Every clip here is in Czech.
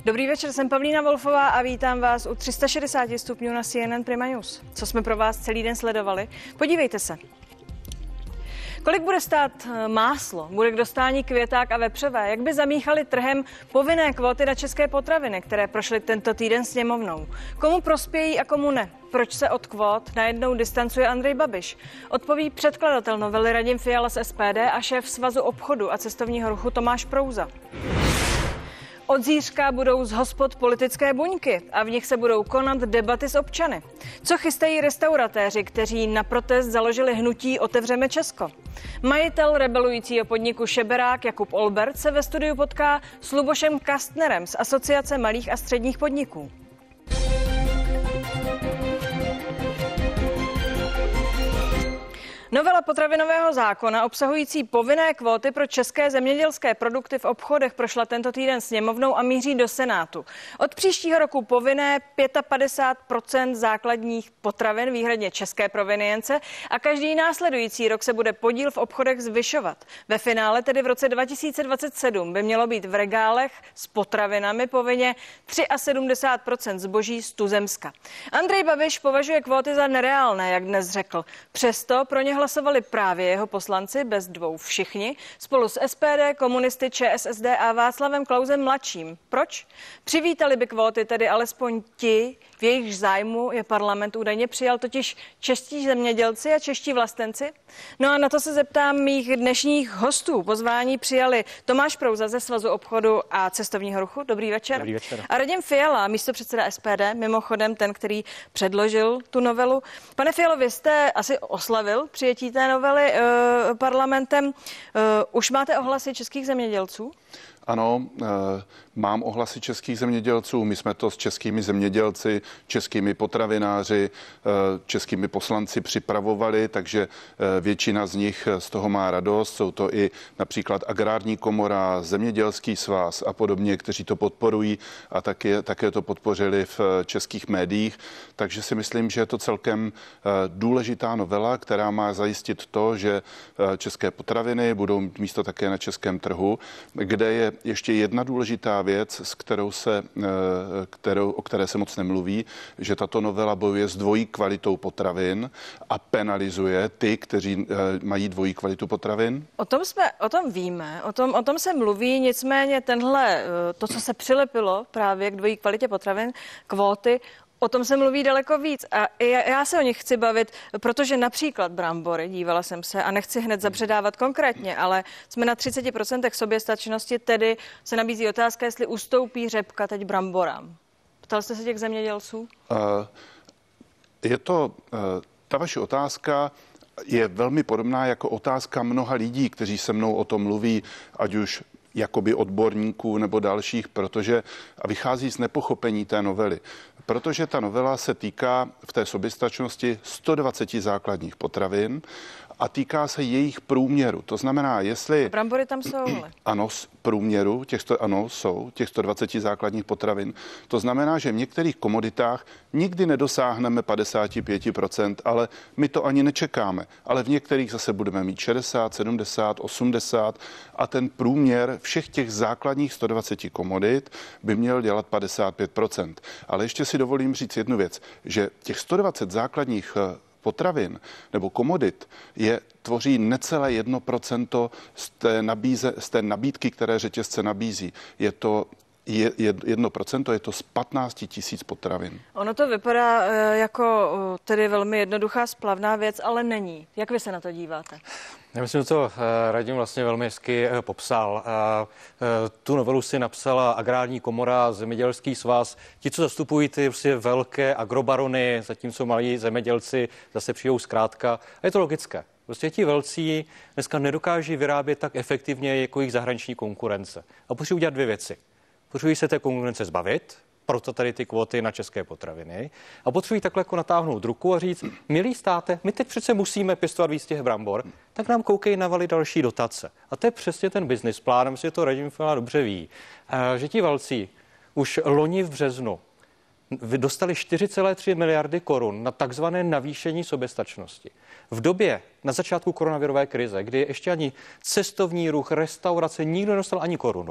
Dobrý večer, jsem Pavlína Wolfová a vítám vás u 360 stupňů na CNN Prima News. Co jsme pro vás celý den sledovali? Podívejte se. Kolik bude stát máslo? Bude k dostání květák a vepřové? Jak by zamíchali trhem povinné kvóty na české potraviny, které prošly tento týden sněmovnou? Komu prospějí a komu ne? Proč se od kvót najednou distancuje Andrej Babiš? Odpoví předkladatel novely Radim Fiala z SPD a šéf Svazu obchodu a cestovního ruchu Tomáš Prouza. Od zítřka budou z hospod politické buňky a v nich se budou konat debaty s občany. Co chystají restauratéři, kteří na protest založili hnutí Otevřeme Česko? Majitel rebelujícího podniku Šeberák Jakub Olbert se ve studiu potká s Lubošem Kastnerem z Asociace malých a středních podniků. Novela potravinového zákona obsahující povinné kvóty pro české zemědělské produkty v obchodech prošla tento týden sněmovnou a míří do Senátu. Od příštího roku povinné 55% základních potravin, výhradně české provenience, a každý následující rok se bude podíl v obchodech zvyšovat. Ve finále, tedy v roce 2027, by mělo být v regálech s potravinami povinně 73% zboží z tuzemska. Andrej Babiš považuje kvóty za nereálné, jak dnes řekl. Přesto pro ně hlasovali právě jeho poslanci, bez dvou všichni, spolu s SPD, komunisty, ČSSD a Václavem Klausem mladším. Proč? Přivítali by kvóty tedy alespoň ti, v jejich zájmu je parlament údajně přijal, totiž čeští zemědělci a čeští vlastenci? No a na to se zeptám mých dnešních hostů. Pozvání přijali Tomáš Prouza ze Svazu obchodu a cestovního ruchu. Dobrý večer. Dobrý večer. A Radim Fiala, místopředseda SPD, mimochodem ten, který předložil tu novelu. Pane Fialo, vy jste asi oslavil přijetí té novely parlamentem. Už máte ohlasy českých zemědělců? Ano, mám ohlasy českých zemědělců. My jsme to s českými zemědělci, českými potravináři, českými poslanci připravovali, takže většina z nich z toho má radost. Jsou to i například Agrární komora, Zemědělský svaz a podobně, kteří to podporují a také to podpořili v českých médiích. Takže si myslím, že je to celkem důležitá novela, která má zajistit to, že české potraviny budou mít místo také na českém trhu, kde je ještě jedna důležitá věc, o které se moc nemluví, že tato novela bojuje s dvojí kvalitou potravin a penalizuje ty, kteří mají dvojí kvalitu potravin. O tom víme, o tom se mluví, nicméně to, co se přilepilo právě k dvojí kvalitě potravin, kvóty, o tom se mluví daleko víc a já se o nich chci bavit, protože například brambory, dívala jsem se a nechci hned zapředávat konkrétně, ale jsme na 30% soběstačnosti, tedy se nabízí otázka, jestli ustoupí řepka teď bramborám. Ptal jste se těch zemědělců? Ta vaše otázka je velmi podobná jako otázka mnoha lidí, kteří se mnou o tom mluví, ať už jakoby odborníků nebo dalších, protože vychází z nepochopení té novely. Protože ta novela se týká v té soběstačnosti 120 základních potravin a týká se jejich průměru. To znamená, jestli... Brambory tam jsou, ale... Ano, z průměru, jsou těch 120 základních potravin. To znamená, že v některých komoditách nikdy nedosáhneme 55%, ale my to ani nečekáme. Ale v některých zase budeme mít 60, 70, 80 a ten průměr všech těch základních 120 komodit by měl dělat 55%. Ale ještě si dovolím říct jednu věc, že těch 120 základních potravin nebo komodit tvoří necelé 1% z té nabídky, které řetězce nabízí. Je to 1%, je to z 15 000 potravin. Ono to vypadá jako tedy velmi jednoduchá splavná věc, ale není. Jak vy se na to díváte? Já myslím, že to Radim vlastně velmi hezky popsal. Tu novelu si napsala Agrární komora, Zemědělský svaz. Ti, co zastupují ty prostě velké agrobarony, zatímco malí zemědělci zase přijdou zkrátka. A je to logické. Prostě ti velcí dneska nedokáží vyrábět tak efektivně jako jejich zahraniční konkurence. A potřebují udělat dvě věci. Potřebují se té konkurence zbavit, proto tady ty kvóty na české potraviny. A potřebují takhle jako natáhnout ruku a říct, milí státe, my teď přece musíme pěstovat víc těch brambor, tak nám koukej navalit další dotace. A to je přesně ten business plán, myslím, že to Radim Fiala dobře ví, že ti velcí už loni v březnu dostali 4,3 miliardy korun na takzvané navýšení soběstačnosti. V době na začátku koronavirové krize, kdy ještě ani cestovní ruch, restaurace, nikdo nedostal ani korunu,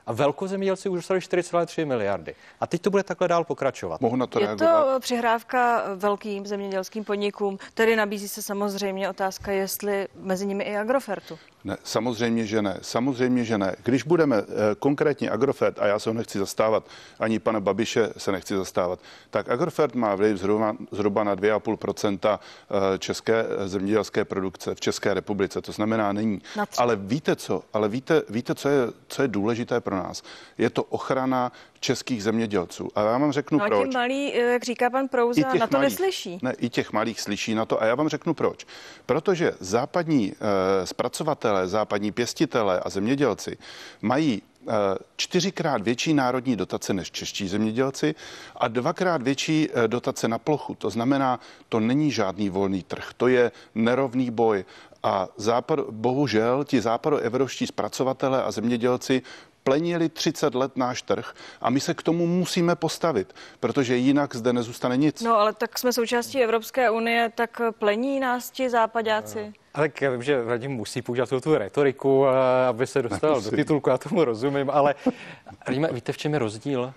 A velkozemědělci už dostali 4,3 miliardy. A teď to bude takhle dál pokračovat. Mohu na to Je reagovat? to přihrávka velkým zemědělským podnikům, tedy nabízí se samozřejmě otázka, jestli mezi nimi i Agrofertu. Ne, samozřejmě, že ne. Samozřejmě, že ne. Když budeme konkrétně Agrofert, a já se ho nechci zastávat, ani pana Babiše se nechci zastávat, tak Agrofert má vliv zhruba na 2,5% české zemědělské produkce v České republice. To znamená, není. Ale víte co? Víte, co je důležité pro nás? Je to ochrana českých zemědělců. A já vám řeknu proč. Ti malí, jak říká pan Prouza, na to neslyší. Ne, i těch malých slyší na to a já vám řeknu proč. Protože západní zpracovatelé, západní pěstitelé a zemědělci mají 4krát větší národní dotace než čeští zemědělci a 2krát větší dotace na plochu. To znamená, to není žádný volný trh, to je nerovný boj. A bohužel ti západoevropští zpracovatelé a zemědělci plenili 30 let náš trh a my se k tomu musíme postavit, protože jinak zde nezůstane nic. No, ale tak jsme součástí Evropské unie, tak plení nás ti západáci? Ale já vím, že Radim musí používat tu retoriku, aby se dostal do titulku, já tomu rozumím, ale víte, v čem je rozdíl?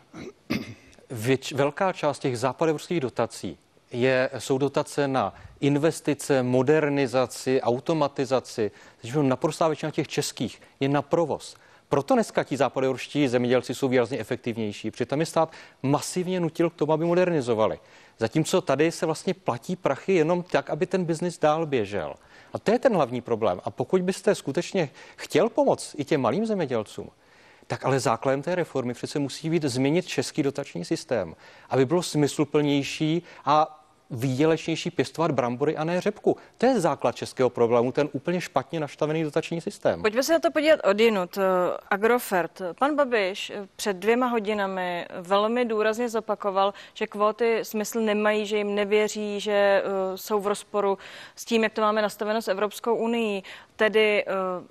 Velká část těch západoevropských dotací jsou dotace na investice, modernizaci, automatizaci. Naprostá většina těch českých je na provoz. Proto dneska ti západoevropští zemědělci jsou výrazně efektivnější. Přitom je stát masivně nutil k tomu, aby modernizovali. Zatímco tady se vlastně platí prachy jenom tak, aby ten biznis dál běžel. A to je ten hlavní problém. A pokud byste skutečně chtěl pomoct i těm malým zemědělcům, tak ale základem té reformy přece musí být změnit český dotační systém, aby bylo smysluplnější a výdělečnější pěstovat brambory a ne řepku. To je základ českého problému, ten úplně špatně nastavený dotační systém. Pojďme se na to podívat odjinud. Agrofert. Pan Babiš před 2 hodinami velmi důrazně zopakoval, že kvóty smysl nemají, že jim nevěří, že jsou v rozporu s tím, jak to máme nastaveno s Evropskou unií. Tedy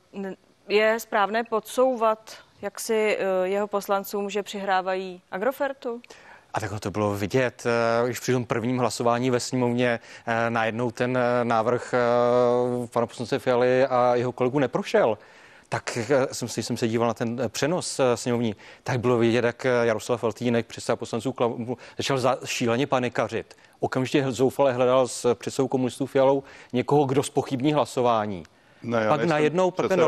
je správné podsouvat, jak si jeho poslancům, že přihrávají Agrofertu? A takhle to bylo vidět, když při tom prvním hlasování ve sněmovně najednou ten návrh pana poslance Fialy a jeho kolegů neprošel. Tak jsem se díval na ten přenos sněmovní, tak bylo vidět, jak Jaroslav Faltýnek, předseda poslanců, začal šíleně panikařit. Okamžitě zoufale hledal s předsedou komunistů Fialou někoho, kdo zpochybní hlasování. Ne, pak najednou, pak ten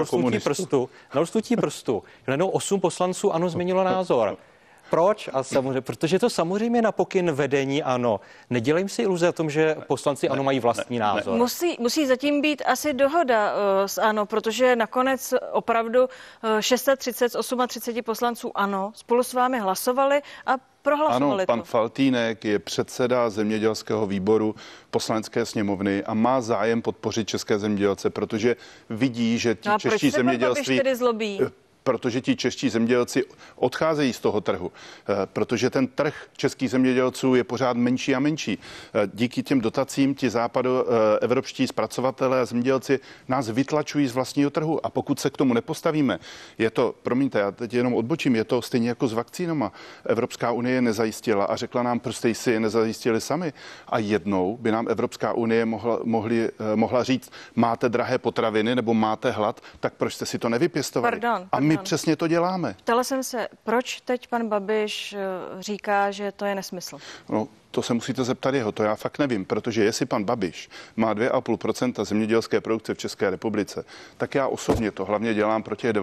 na roztutí prstu, najednou 8 poslanců ANO změnilo názor. Proč? A samozřejmě, protože to samozřejmě na pokyn vedení ANO. Nedělejme si iluze o tom, že poslanci ANO mají vlastní názor. Musí zatím být asi dohoda s ANO, protože nakonec opravdu 630 z 38 poslanců ANO spolu s vámi hlasovali a prohlasovali ano, pan Faltýnek je předseda zemědělského výboru Poslanecké sněmovny a má zájem podpořit české zemědělce, protože vidí, že ti čeští zemědělství protože ti čeští zemědělci odcházejí z toho trhu, protože ten trh českých zemědělců je pořád menší a menší. Díky těm dotacím ti západoevropští zpracovatelé a zemědělci nás vytlačují z vlastního trhu a pokud se k tomu nepostavíme, je to, promiňte, já teď jenom odbočím, je to stejně jako s vakcínama. Evropská unie nezajistila a řekla nám, prostě si je nezajistili sami a jednou by nám Evropská unie mohla říct, máte drahé potraviny nebo máte hlad, tak proč jste si to nevypěstovali? A my přesně to děláme. Ptala jsem se, proč teď pan Babiš říká, že to je nesmysl? No, to se musíte zeptat jeho, to já fakt nevím, protože jestli pan Babiš má 2,5% zemědělské produkce v České republice, tak já osobně to hlavně dělám pro těch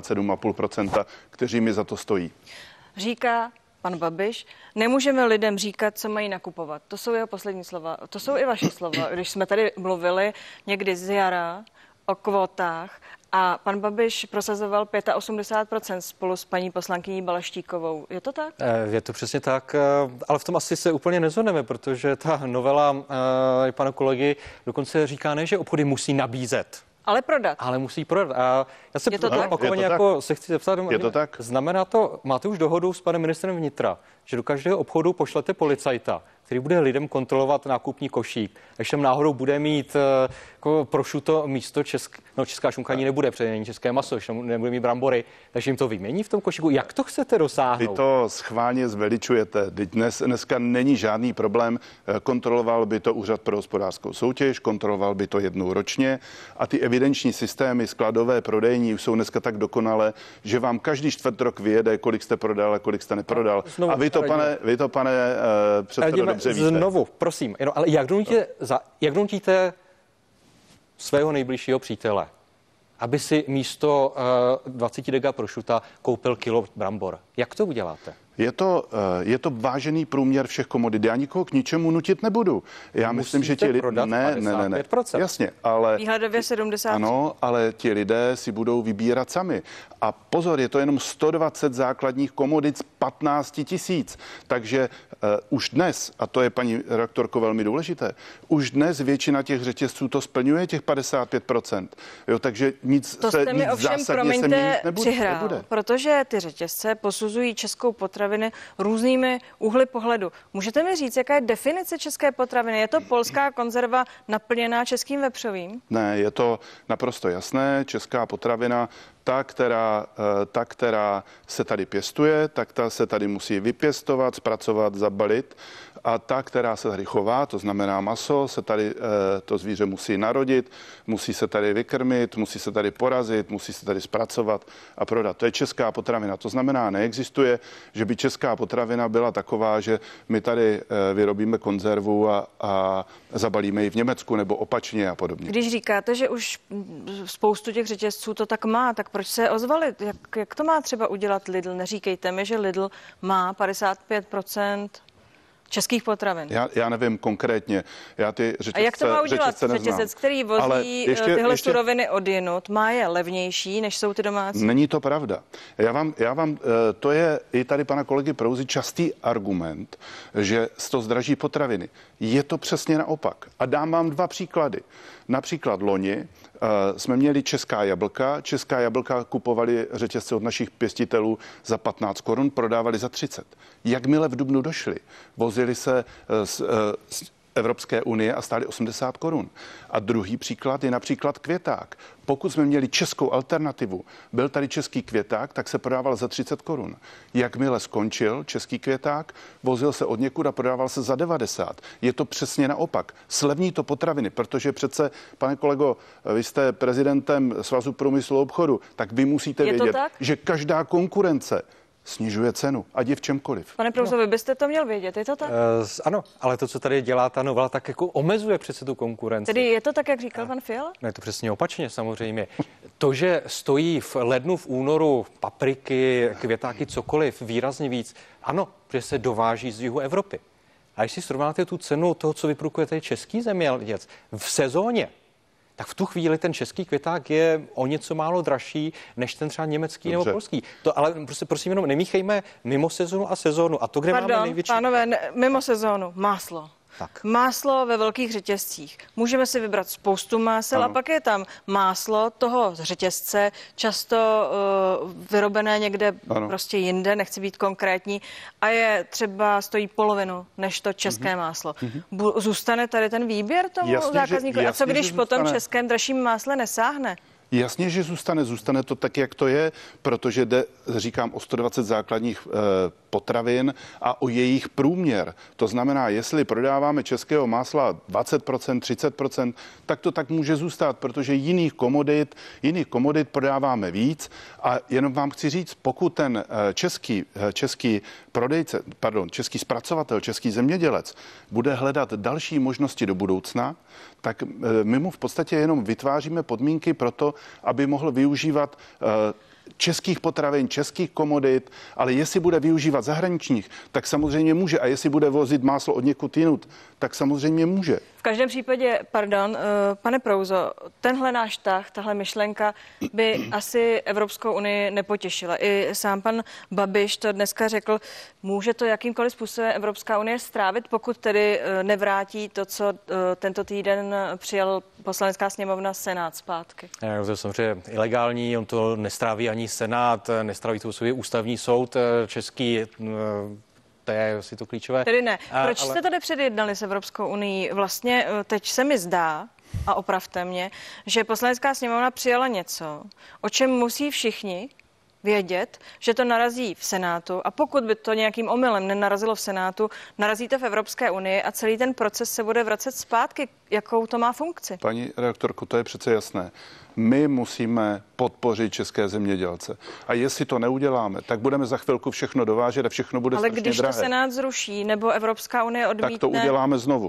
97,5%, kteří mi za to stojí. Říká pan Babiš, nemůžeme lidem říkat, co mají nakupovat. To jsou jeho poslední slova. To jsou i vaše slova. Když jsme tady mluvili někdy z jara o kvótách a pan Babiš prosazoval 85% spolu s paní poslankyní Balaštíkovou. Je to tak? Je to přesně tak, ale v tom asi se úplně nezhodneme, protože ta novela pana kolegy dokonce říká ne, že obchody musí nabízet. Ale prodat. Ale musí prodat. A já se opakovaně jako se chci zeptat, je to tak? Znamená to, máte už dohodu s panem ministrem vnitra, že do každého obchodu pošlete policajta, který bude lidem kontrolovat nákupní košík. Až tam náhodou bude mít jako prosciutto místo česká šunka ani nebude, protože není české maso, až tam nebude mít brambory, takže jim to vymění v tom košíku. Jak to chcete dosáhnout? Vy to schválně zveličujete. Dneska není žádný problém. Kontroloval by to Úřad pro hospodářskou soutěž, kontroloval by to jednou ročně a ty evidenční systémy skladové, prodejní už jsou dneska tak dokonalé, že vám každý čtvrtrok vyjede, kolik jste prodal a kolik jste neprodal. No, a vy to, pane předsedo, dobře víte. Znovu, prosím, ale jak donutíte svého nejbližšího přítele, aby si místo 20 dega prosciutta koupil kilo brambor? Jak to uděláte? Je to vážený průměr všech komodit. Já nikoho k ničemu nutit nebudu. Já myslím, že ti lidé... Ne. Jasně, ale... Výhledově 70. Ano, ale ti lidé si budou vybírat sami. A pozor, je to jenom 120 základních komodit z 15 000. Takže už dnes, a to je, paní redaktorko, velmi důležité, už dnes většina těch řetězců to splňuje, těch 55%. Jo, takže nic to se jste mi ovšem, promiňte, přihrál, protože ty řetězce posuzují českou potraviny různými úhly pohledu. Můžete mi říct, jaká je definice české potraviny? Je to polská konzerva naplněná českým vepřovým? Ne, je to naprosto jasné. Česká potravina, ta, která se tady pěstuje, tak ta se tady musí vypěstovat, zpracovat, zabalit. A ta, která se tady chová, to znamená maso, se tady to zvíře musí narodit, musí se tady vykrmit, musí se tady porazit, musí se tady zpracovat a prodat. To je česká potravina. To znamená, neexistuje, že by česká potravina byla taková, že my tady vyrobíme konzervu a zabalíme ji v Německu nebo opačně a podobně. Když říkáte, že už spoustu těch řetězců to tak má, tak proč se ozvali? Jak to má třeba udělat Lidl? Neříkejte mi, že Lidl má 55% českých potravin. Já nevím konkrétně. Já ty řetězce, a jak to má udělat řetězec, který vozí tyhle suroviny odjinud, má je levnější, než jsou ty domácí? Není to pravda. Já vám, to je i tady pana kolegy Prouzy častý argument, že to zdraží potraviny. Je to přesně naopak. A dám vám 2 příklady. Například loni jsme měli česká jablka kupovali řetězce od našich pěstitelů za 15 korun, prodávali za 30. Jakmile v dubnu došli, vozili se z Evropské unie a stály 80 korun. A druhý příklad je například květák. Pokud jsme měli českou alternativu, byl tady český květák, tak se prodával za 30 korun. Jakmile skončil český květák, vozil se od někud a prodával se za 90. Je to přesně naopak. Slevní to potraviny, protože přece, pane kolego, vy jste prezidentem Svazu průmyslu a obchodu, tak vy musíte vědět, že každá konkurence snižuje cenu, ať je v čemkoliv. Pane Prouzo, vy byste to měl vědět, je to tak? Ano, ale to, co tady dělá ta novela, tak jako omezuje přece tu konkurenci. Tedy je to tak, jak říkal pan Fiala? Ne, to přesně opačně samozřejmě. To, že stojí v lednu, v únoru papriky, květáky, cokoliv výrazně víc, ano, protože se dováží z jihu Evropy. A když si srovnáte tu cenu toho, co vyprodukuje tady český zemědělec v sezóně, tak v tu chvíli ten český květák je o něco málo dražší než ten třeba německý nebo polský. To, ale prosím jenom nemíchejme mimo sezónu a sezónu. A to, kde máme největší... Pánové, mimo sezónu, máslo. Tak. Máslo ve velkých řetězcích. Můžeme si vybrat spoustu másel a pak je tam máslo toho z řetězce, často vyrobené někde prostě jinde, nechci být konkrétní, a je třeba stojí polovinu než to české máslo. Zůstane tady ten výběr tomu zákazníkovi? A co když po tom českém dražším másle nesáhne? Jasně, že zůstane to tak, jak to je, protože jde, říkám, o 120 základních potravin a o jejich průměr. To znamená, jestli prodáváme českého másla 20%, 30%, tak to tak může zůstat, protože jiných komodit prodáváme víc. A jenom vám chci říct, pokud ten český prodejce, český zpracovatel, český zemědělec bude hledat další možnosti do budoucna, tak my mu v podstatě jenom vytváříme podmínky pro to, aby mohl využívat českých potravin, českých komodit, ale jestli bude využívat zahraničních, tak samozřejmě může. A jestli bude vozit máslo od někud jinut, tak samozřejmě může. V každém případě, pane Prouzo, tenhle náš tah, tahle myšlenka by asi Evropskou unii nepotěšila. I sám pan Babiš to dneska řekl, může to jakýmkoliv způsobem Evropská unie strávit, pokud tedy nevrátí to, co tento týden přijal Poslanecká sněmovna, Senát zpátky. To je samozřejmě ilegální, on to nestráví ani Senát, nestráví to svůj ústavní soud český. To je asi to klíčové. Tedy ne. Proč jste tady předjednali s Evropskou unií? Vlastně teď se mi zdá, a opravte mě, že Poslanecká sněmovna přijala něco, o čem musí všichni vědět, že to narazí v Senátu, a pokud by to nějakým omylem nenarazilo v Senátu, narazí to v Evropské unii a celý ten proces se bude vracet zpátky. Jakou to má funkci? Paní redaktorko, to je přece jasné. My musíme podpořit české zemědělce. A jestli to neuděláme, tak budeme za chvilku všechno dovážet a všechno bude strašně drahé. Ale když to Senát zruší nebo Evropská unie odmítne... Tak to uděláme znovu.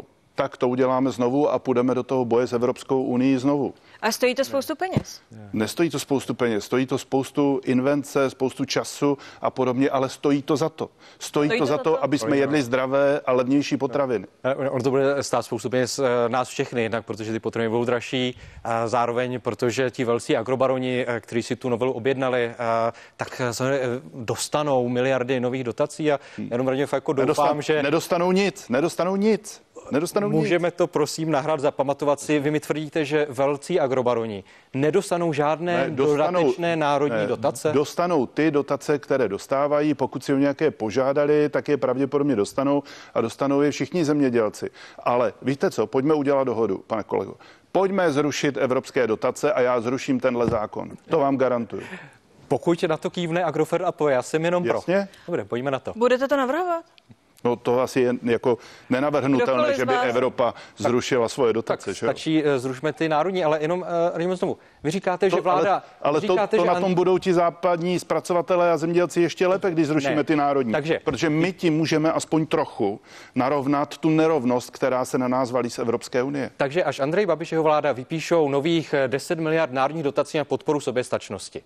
A půjdeme do toho boje s Evropskou unií znovu. A stojí to spoustu peněz? Nestojí to spoustu peněz, stojí to spoustu invence, spoustu času a podobně, ale stojí to za to. Stojí to za to, aby jsme jedli zdravé a levnější potraviny. On to bude stát spoustu peněz nás všechny, jednak protože ty potraviny budou dražší, a zároveň protože ti velcí agrobaroni, kteří si tu novelu objednali, tak dostanou miliardy nových dotací a jenom radě jako doufám, že... Nedostanou nic. Můžeme to prosím nahrát, zapamatovat si. Vy mi tvrdíte, že velcí agrobaroni nedostanou žádné dodatečné národní dotace? Dostanou ty dotace, které dostávají. Pokud si o nějaké požádali, tak je pravděpodobně dostanou a dostanou je všichni zemědělci. Ale víte co, pojďme udělat dohodu, pane kolego. Pojďme zrušit evropské dotace a já zruším tenhle zákon. To vám garantuju. Pokud na to kývne Agrofert a já jsem jenom Jasně? pro. Dobře, pojďme na to. Budete to navrhovat? No to asi je jako nenavrhnutelné, že by Evropa zrušila svoje dotace. Tak stačí, zrušme ty národní, ale jenom znovu. Vy říkáte, že vláda... Ale to na tom budou ti západní zpracovatelé a zemědělci ještě lépe, když zrušíme ty národní. Protože my tím můžeme aspoň trochu narovnat tu nerovnost, která se na nás valí z Evropské unie. Takže až Andrej Babiš jeho vláda vypíšou nových 10 miliard národních dotací na podporu soběstačnosti,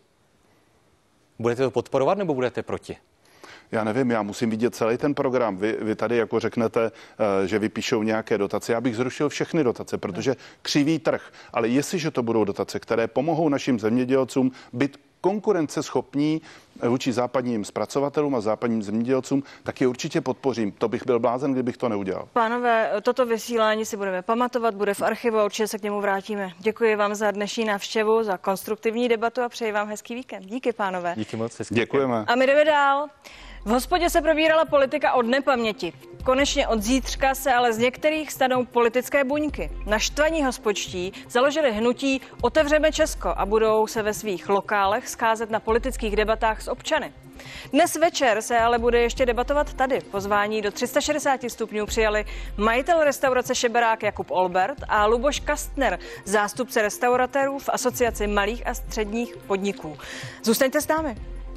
budete to podporovat nebo budete proti? Já nevím, já musím vidět celý ten program. Vy tady jako řeknete, že vypíšou nějaké dotace. Já bych zrušil všechny dotace, protože křivý trh. Ale jestliže to budou dotace, které pomohou našim zemědělcům být konkurenceschopní vůči západním zpracovatelům a západním zemědělcům, tak je určitě podpořím. To bych byl blázen, kdybych to neudělal. Pánové, toto vysílání si budeme pamatovat, bude v archivu a určitě se k němu vrátíme. Děkuji vám za dnešní návštěvu, za konstruktivní debatu a přeji vám hezký víkend. Díky, pánové. Díky moc. Děkujeme. A my jdeme dál. V hospodě se probírala politika od nepaměti. Konečně od zítřka se ale z některých stanou politické buňky. Naštvaní hospodští založili hnutí Otevřeme Česko a budou se ve svých lokálech scházet na politických debatách s občany. Dnes večer se ale bude ještě debatovat tady. Pozvání do 360 stupňů přijali majitel restaurace Šeberák Jakub Olbert a Luboš Kastner, zástupce restauratérů v Asociaci malých a středních podniků. Zůstaňte s námi.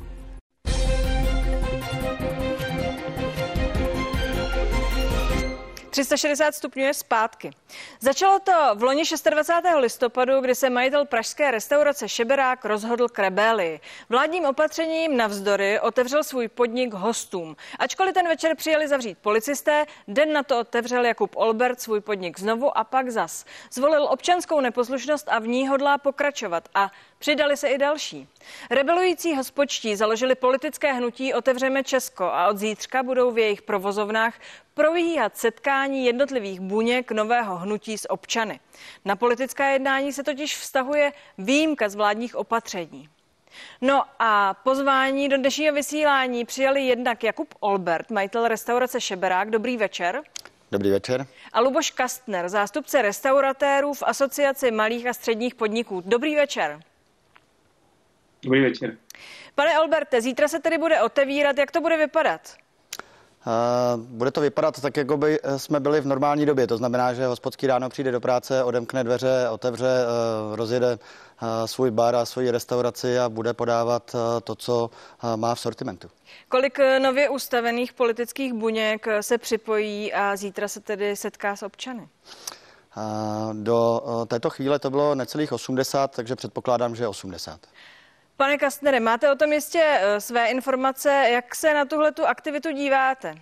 ...360 stupňů je zpátky. Začalo to v loni 26. listopadu, kdy se majitel pražské restaurace Šeberák rozhodl k rebelii. Vládním opatřením navzdory otevřel svůj podnik hostům. Ačkoliv ten večer přijeli zavřít policisté, den na to otevřel Jakub Olbert svůj podnik znovu a pak zas. Zvolil občanskou neposlušnost a v ní hodlá pokračovat a přidali se i další. Rebelující hospodští založili politické hnutí Otevřeme Česko a od zítřka budou v jejich provozovnách probíhat setkání jednotlivých buněk nového hnutí s občany. Na politická jednání se totiž vztahuje výjimka z vládních opatření. No a pozvání do dnešního vysílání přijali jednak Jakub Olbert, majitel restaurace Šeberák. Dobrý večer. Dobrý večer. A Luboš Kastner, zástupce restauratérů v Asociaci malých a středních podniků. Dobrý večer. Dobrý večer. Pane Olberte, zítra se tedy bude otevírat. Jak to bude vypadat? Bude to vypadat tak, jako by jsme byli v normální době. To znamená, že hospodský ráno přijde do práce, odemkne dveře, otevře, rozjede svůj bar a svoji restauraci a bude podávat to, co má v sortimentu. Kolik nově ustavených politických buněk se připojí a zítra se tedy setká s občany? Do této chvíle to bylo necelých 80, takže předpokládám, že 80. Pane Kastnere, máte o tom jistě své informace. Jak se na tuhletu aktivitu díváte?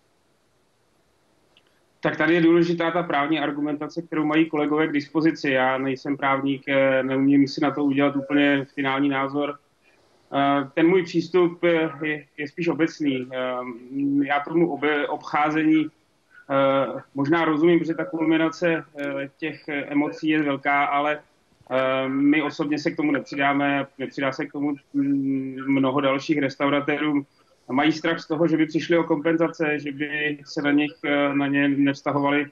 Tak tady je důležitá ta právní argumentace, kterou mají kolegové k dispozici. Já nejsem právník, neumím si na to udělat úplně finální názor. Ten můj přístup je spíš obecný. Já tomu obcházení možná rozumím, protože ta kulminace těch emocí je velká, ale my osobně se k tomu nepřidáme, nepřidá se k tomu mnoho dalších restauratérů. mají strach z toho, že by přišli o kompenzace, že by se na ně nevztahovali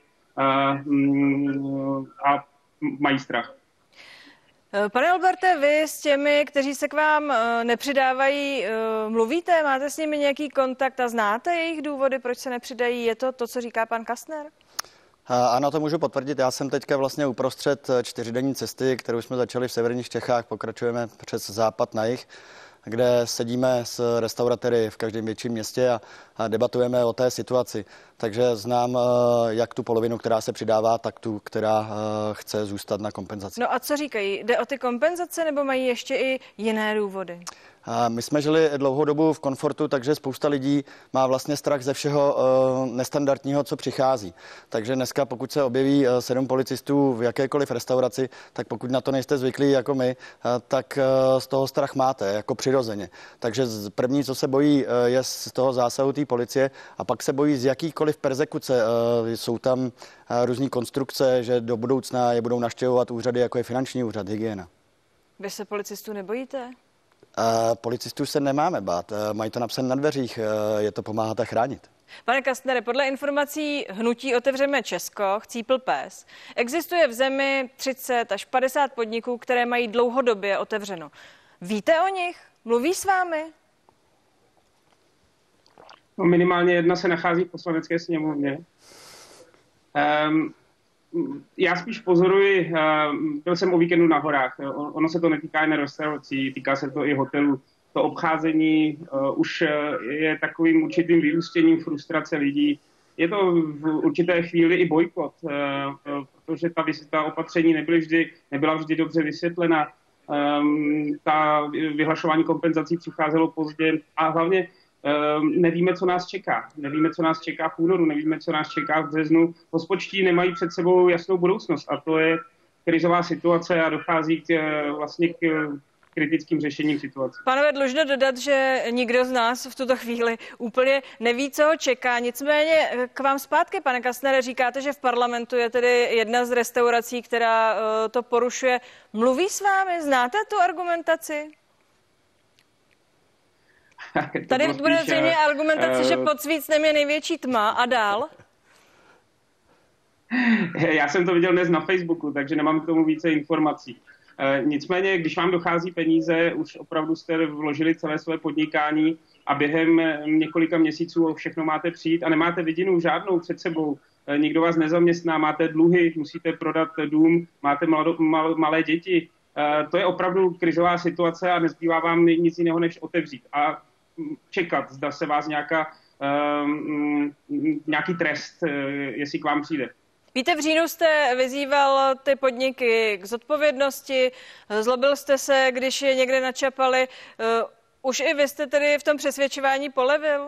a mají strach. Pane Alberte, vy s těmi, kteří se k vám nepřidávají, mluvíte? Máte s nimi nějaký kontakt a znáte jejich důvody, proč se nepřidají? Je to, co říká pan Kastner? Ano, to můžu potvrdit. Já jsem teďka vlastně uprostřed 4denní cesty, kterou jsme začali v severních Čechách, pokračujeme přes západ na jih, kde sedíme s restauratéry v každém větším městě a debatujeme o té situaci. Takže znám jak tu polovinu, která se přidává, tak tu, která chce zůstat na kompenzaci. No a co říkají? Jde o ty kompenzace nebo mají ještě i jiné důvody? My jsme žili dlouhou dobu v komfortu, takže spousta lidí má vlastně strach ze všeho nestandardního, co přichází. Takže dneska, pokud se objeví 7 policistů v jakékoliv restauraci, tak pokud na to nejste zvyklí jako my, tak z toho strach máte, jako přirozeně. Takže první, co se bojí, je z toho zásahu té policie a pak se bojí z jakýkoliv perzekuce. Jsou tam různý konstrukce, že do budoucna je budou navštěvovat úřady, jako je finanční úřad, hygiena. Vy se policistů nebojíte? Policistů se nemáme bát, mají to napsané na dveřích, je to pomáhat a chránit. Pane Kastnere, podle informací hnutí Otevřeme Česko, Chcípl pes, existuje v zemi 30 až 50 podniků, které mají dlouhodobě otevřeno. Víte o nich? Mluví s vámi? No, minimálně jedna se nachází v Poslanecké sněmovně. Já spíš pozoruji, byl jsem o víkendu na horách, ono se to netýká jen restaurací, týká se to i hotelů. To obcházení už je takovým určitým vyústěním frustrace lidí. Je to v určité chvíli i bojkot, protože ta opatření nebyla vždy dobře vysvětlena. Ta vyhlašování kompenzací přicházelo pozdě a hlavně nevíme, co nás čeká. Nevíme, co nás čeká v únoru, nevíme, co nás čeká v březnu. Hospodští nemají před sebou jasnou budoucnost a to je krizová situace a dochází k kritickým řešením situace. Pánové, dlužno dodat, že nikdo z nás v tuto chvíli úplně neví, co ho čeká. Nicméně k vám zpátky, pane Kastnere, říkáte, že v parlamentu je tedy jedna z restaurací, která to porušuje. Mluví s vámi? Znáte tu argumentaci? Tady bude zřejmě argumentace, že pod svícnem je největší tma a dál. Já jsem to viděl dnes na Facebooku, takže nemám k tomu více informací. Nicméně, když vám dochází peníze, už opravdu jste vložili celé své podnikání a během několika měsíců o všechno máte přijít a nemáte vidinu žádnou před sebou. Nikdo vás nezaměstná, máte dluhy, musíte prodat dům, máte malé děti. To je opravdu krizová situace a nezbývá vám nic jiného, než otevřít a čekat, zda se vás nějaký trest, jestli k vám přijde. Víte, v říjnu jste vyzýval ty podniky k zodpovědnosti, zlobil jste se, když je někde načapali. Už i vy jste tedy v tom přesvědčování polevil?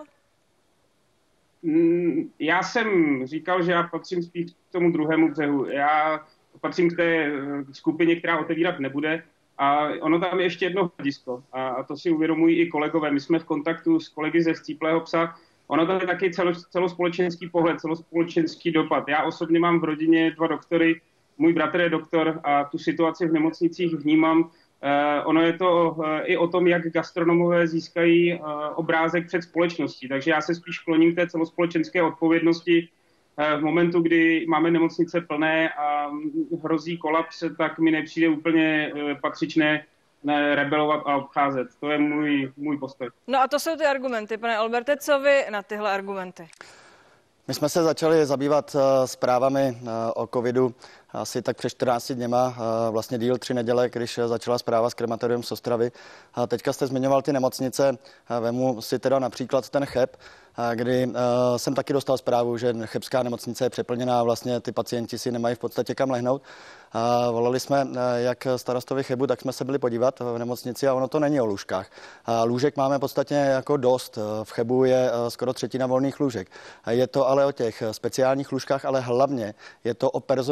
Já jsem říkal, že já patřím spíš k tomu druhému břehu. Já patřím k té skupině, která otevírat nebude. A ono tam je ještě jedno hledisko. A to si uvědomují i kolegové. My jsme v kontaktu s kolegy ze Chcíplého psa. Ono to je taky celospolečenský pohled, celospolečenský dopad. Já osobně mám v rodině 2 doktory, můj bratr je doktor a tu situaci v nemocnicích vnímám. Ono je to i o tom, jak gastronomové získají obrázek před společností. Takže já se spíš kloním k té celospolečenské odpovědnosti. V momentu, kdy máme nemocnice plné a hrozí kolaps, tak mi nepřijde úplně patřičné rebelovat a obcházet. To je můj postoj. No a to jsou ty argumenty. Pane Alberte, co vy na tyhle argumenty? My jsme se začali zabývat zprávami o covidu asi tak před 14 dněma, vlastně díl 3 neděle, když začala zpráva s krematorium z Ostravy. A teďka jste zmiňoval ty nemocnice, vemu si teda například ten Cheb, kdy jsem taky dostal zprávu, že chebská nemocnice je přeplněná a vlastně ty pacienti si nemají v podstatě kam lehnout. Volali jsme jak starostovi Chebu, tak jsme se byli podívat v nemocnici a ono to není o lůžkách. Lůžek máme v podstatě jako dost. V Chebu je skoro 1/3 volných lůžek. Je to ale o těch speciálních lůžkách, ale hlavně je to o personálu. Minimálně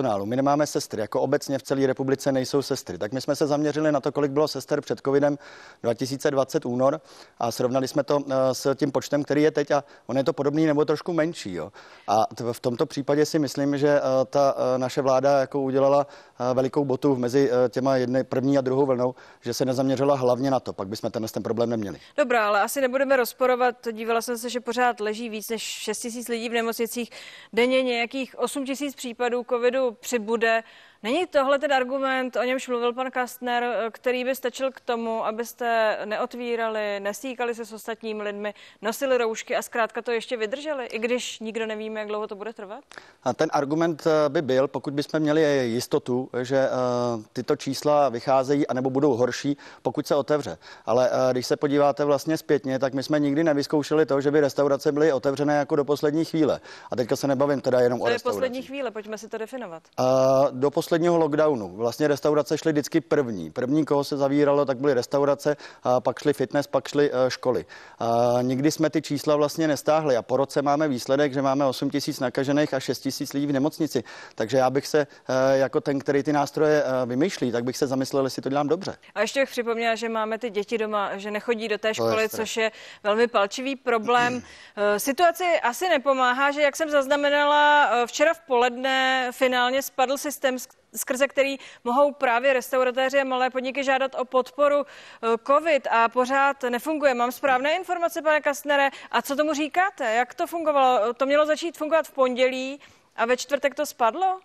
nemáme sestry, jako obecně v celé republice nejsou sestry. Tak my jsme se zaměřili na to, kolik bylo sester před covidem 2020 únor a srovnali jsme to s tím počtem, který je teď a on je to podobný nebo trošku menší. Jo. A v tomto případě si myslím, že ta naše vláda jako udělala velikou botu mezi těma první a druhou vlnou, že se nezaměřila hlavně na to, pak bychom ten problém neměli. Dobrá, ale asi nebudeme rozporovat. Dívala jsem se, že pořád leží víc než 6 000 lidí v nemocnicích. Denně nějakých 8 000 případů covidu přibude. Není tohle ten argument, o němž mluvil pan Kastner, který by stačil k tomu, abyste neotvírali, nestýkali se s ostatními lidmi, nosili roušky a zkrátka to ještě vydrželi, i když nikdo nevíme, jak dlouho to bude trvat? A ten argument by byl, pokud bychom měli jistotu, že tyto čísla vycházejí anebo budou horší, pokud se otevře. Ale když se podíváte vlastně zpětně, tak my jsme nikdy nevyzkoušeli to, že by restaurace byly otevřené jako do poslední chvíle. A teďka se nebavím teda jenom o restauraci. To je poslední chvíle, pojďme si to definovat. Do posledního lockdownu. Vlastně restaurace šly vždycky první. První, koho se zavíralo, tak byly restaurace, a pak šly fitness, pak šly školy. Nikdy jsme ty čísla vlastně nestáhli a po roce máme výsledek, že máme 8 000 nakažených a 6 000 lidí v nemocnici. Takže já bych se jako ten, který ty nástroje vymýšlí, tak bych se zamyslel, jestli to dělám dobře. A ještě bych připomněla, že máme ty děti doma, že nechodí do té školy, což je velmi palčivý problém. Situaci asi nepomáhá, že jak jsem zaznamenala, včera v poledne finálně spadl systém, skrze který mohou právě restauratéři a malé podniky žádat o podporu COVID a pořád nefunguje. Mám správné informace, pane Kastnere? A co tomu říkáte? Jak to fungovalo? To mělo začít fungovat v pondělí a ve čtvrtek to spadlo?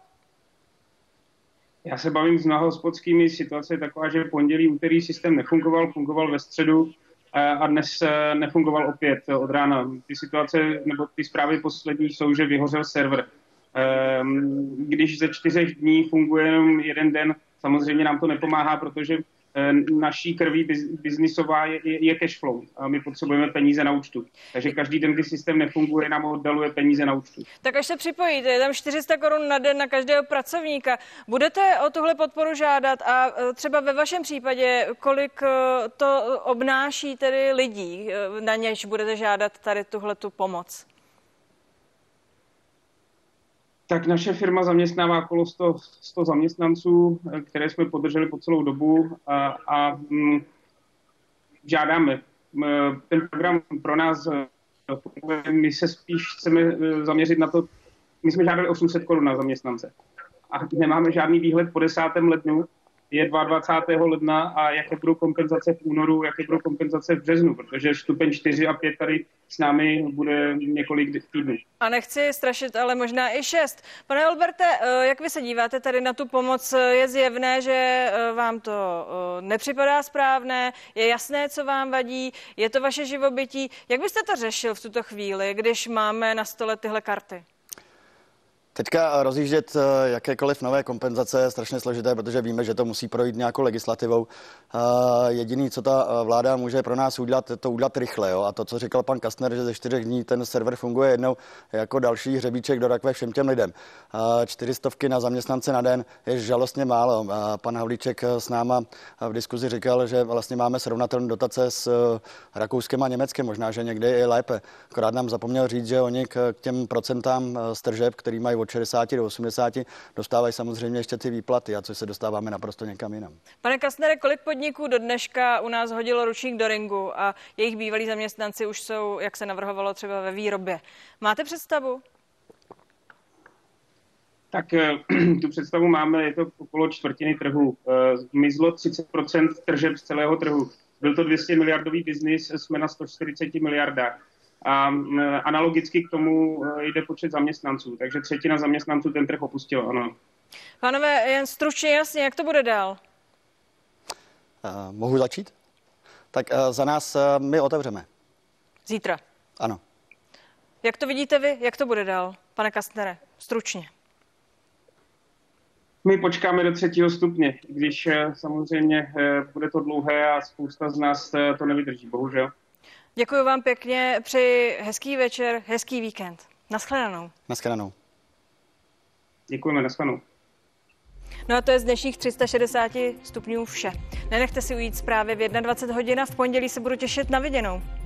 Já se bavím s mnoha hospodskými, situace je taková, že v pondělí, úterý systém nefungoval, fungoval ve středu a dnes nefungoval opět od rána. Ty situace nebo ty zprávy poslední jsou, že vyhořel server. Když ze 4 dní funguje jenom jeden den, samozřejmě nám to nepomáhá, protože naší krví biznisová je cash flow a my potřebujeme peníze na účtu. Takže každý den, kdy systém nefunguje, nám oddaluje peníze na účtu. Tak až se připojíte, je tam 400 korun na den na každého pracovníka. Budete o tuhle podporu žádat a třeba ve vašem případě, kolik to obnáší tedy lidí, na něž budete žádat tady tuhletu pomoc? Tak naše firma zaměstnává okolo 100 zaměstnanců, které jsme podrželi po celou dobu a žádáme. Ten program pro nás, my se spíš chceme zaměřit na to, my jsme žádali 800 korun na zaměstnance a nemáme žádný výhled po 10. lednu, je 22. ledna a jaké budou kompenzace v únoru, jaké budou kompenzace v březnu, protože stupeň 4 a 5 tady s námi bude několik týdnů. A nechci strašit, ale možná i 6. Pane Olberte, jak vy se díváte tady na tu pomoc? Je zjevné, že vám to nepřipadá správné, je jasné, co vám vadí, je to vaše živobytí. Jak byste to řešil v tuto chvíli, když máme na stole tyhle karty? Teďka rozjíždět jakékoliv nové kompenzace je strašně složité, protože víme, že to musí projít nějakou legislativou. Jediný, co ta vláda může pro nás udělat, to udělat rychle. Jo? A to, co říkal pan Kastner, že ze 4 dní ten server funguje jednou jako další hřebíček do rakve všem těm lidem. 400 na zaměstnance na den je žalostně málo. Pan Havlíček s náma v diskuzi říkal, že vlastně máme srovnatelné dotace s Rakouskem a Německem, možná, že někde je lépe. Akorát nám zapomněl říct, že oni k těm procentám z tržeb, který mají od 60 do 80, dostávají samozřejmě ještě ty výplaty, a co se dostáváme naprosto někam jinam. Pane Kastnere, kolik podniků do dneška u nás hodilo ručník do ringu a jejich bývalí zaměstnanci už jsou, jak se navrhovalo, třeba ve výrobě? Máte představu? Tak tu představu máme, je to okolo čtvrtiny trhu. Zmizlo 30% tržeb z celého trhu. Byl to 200 miliardový biznis, jsme na 140 miliardách. A analogicky k tomu jde počet zaměstnanců, takže 1/3 zaměstnanců ten trh opustilo, ano. Pánové, jen stručně jasně, jak to bude dál? Mohu začít? Tak za nás my otevřeme. Zítra? Ano. Jak to vidíte vy? Jak to bude dál, pane Kastnere? Stručně. My počkáme do 3. stupně, když samozřejmě bude to dlouhé a spousta z nás to nevydrží, bohužel. Děkuji vám pěkně, přeji hezký večer, hezký víkend. Naschledanou. Naschledanou. Děkujeme, naschledanou. No a to je z dnešních 360 stupňů vše. Nenechte si ujít zprávy v 21 hodin a v pondělí se budu těšit na viděnou.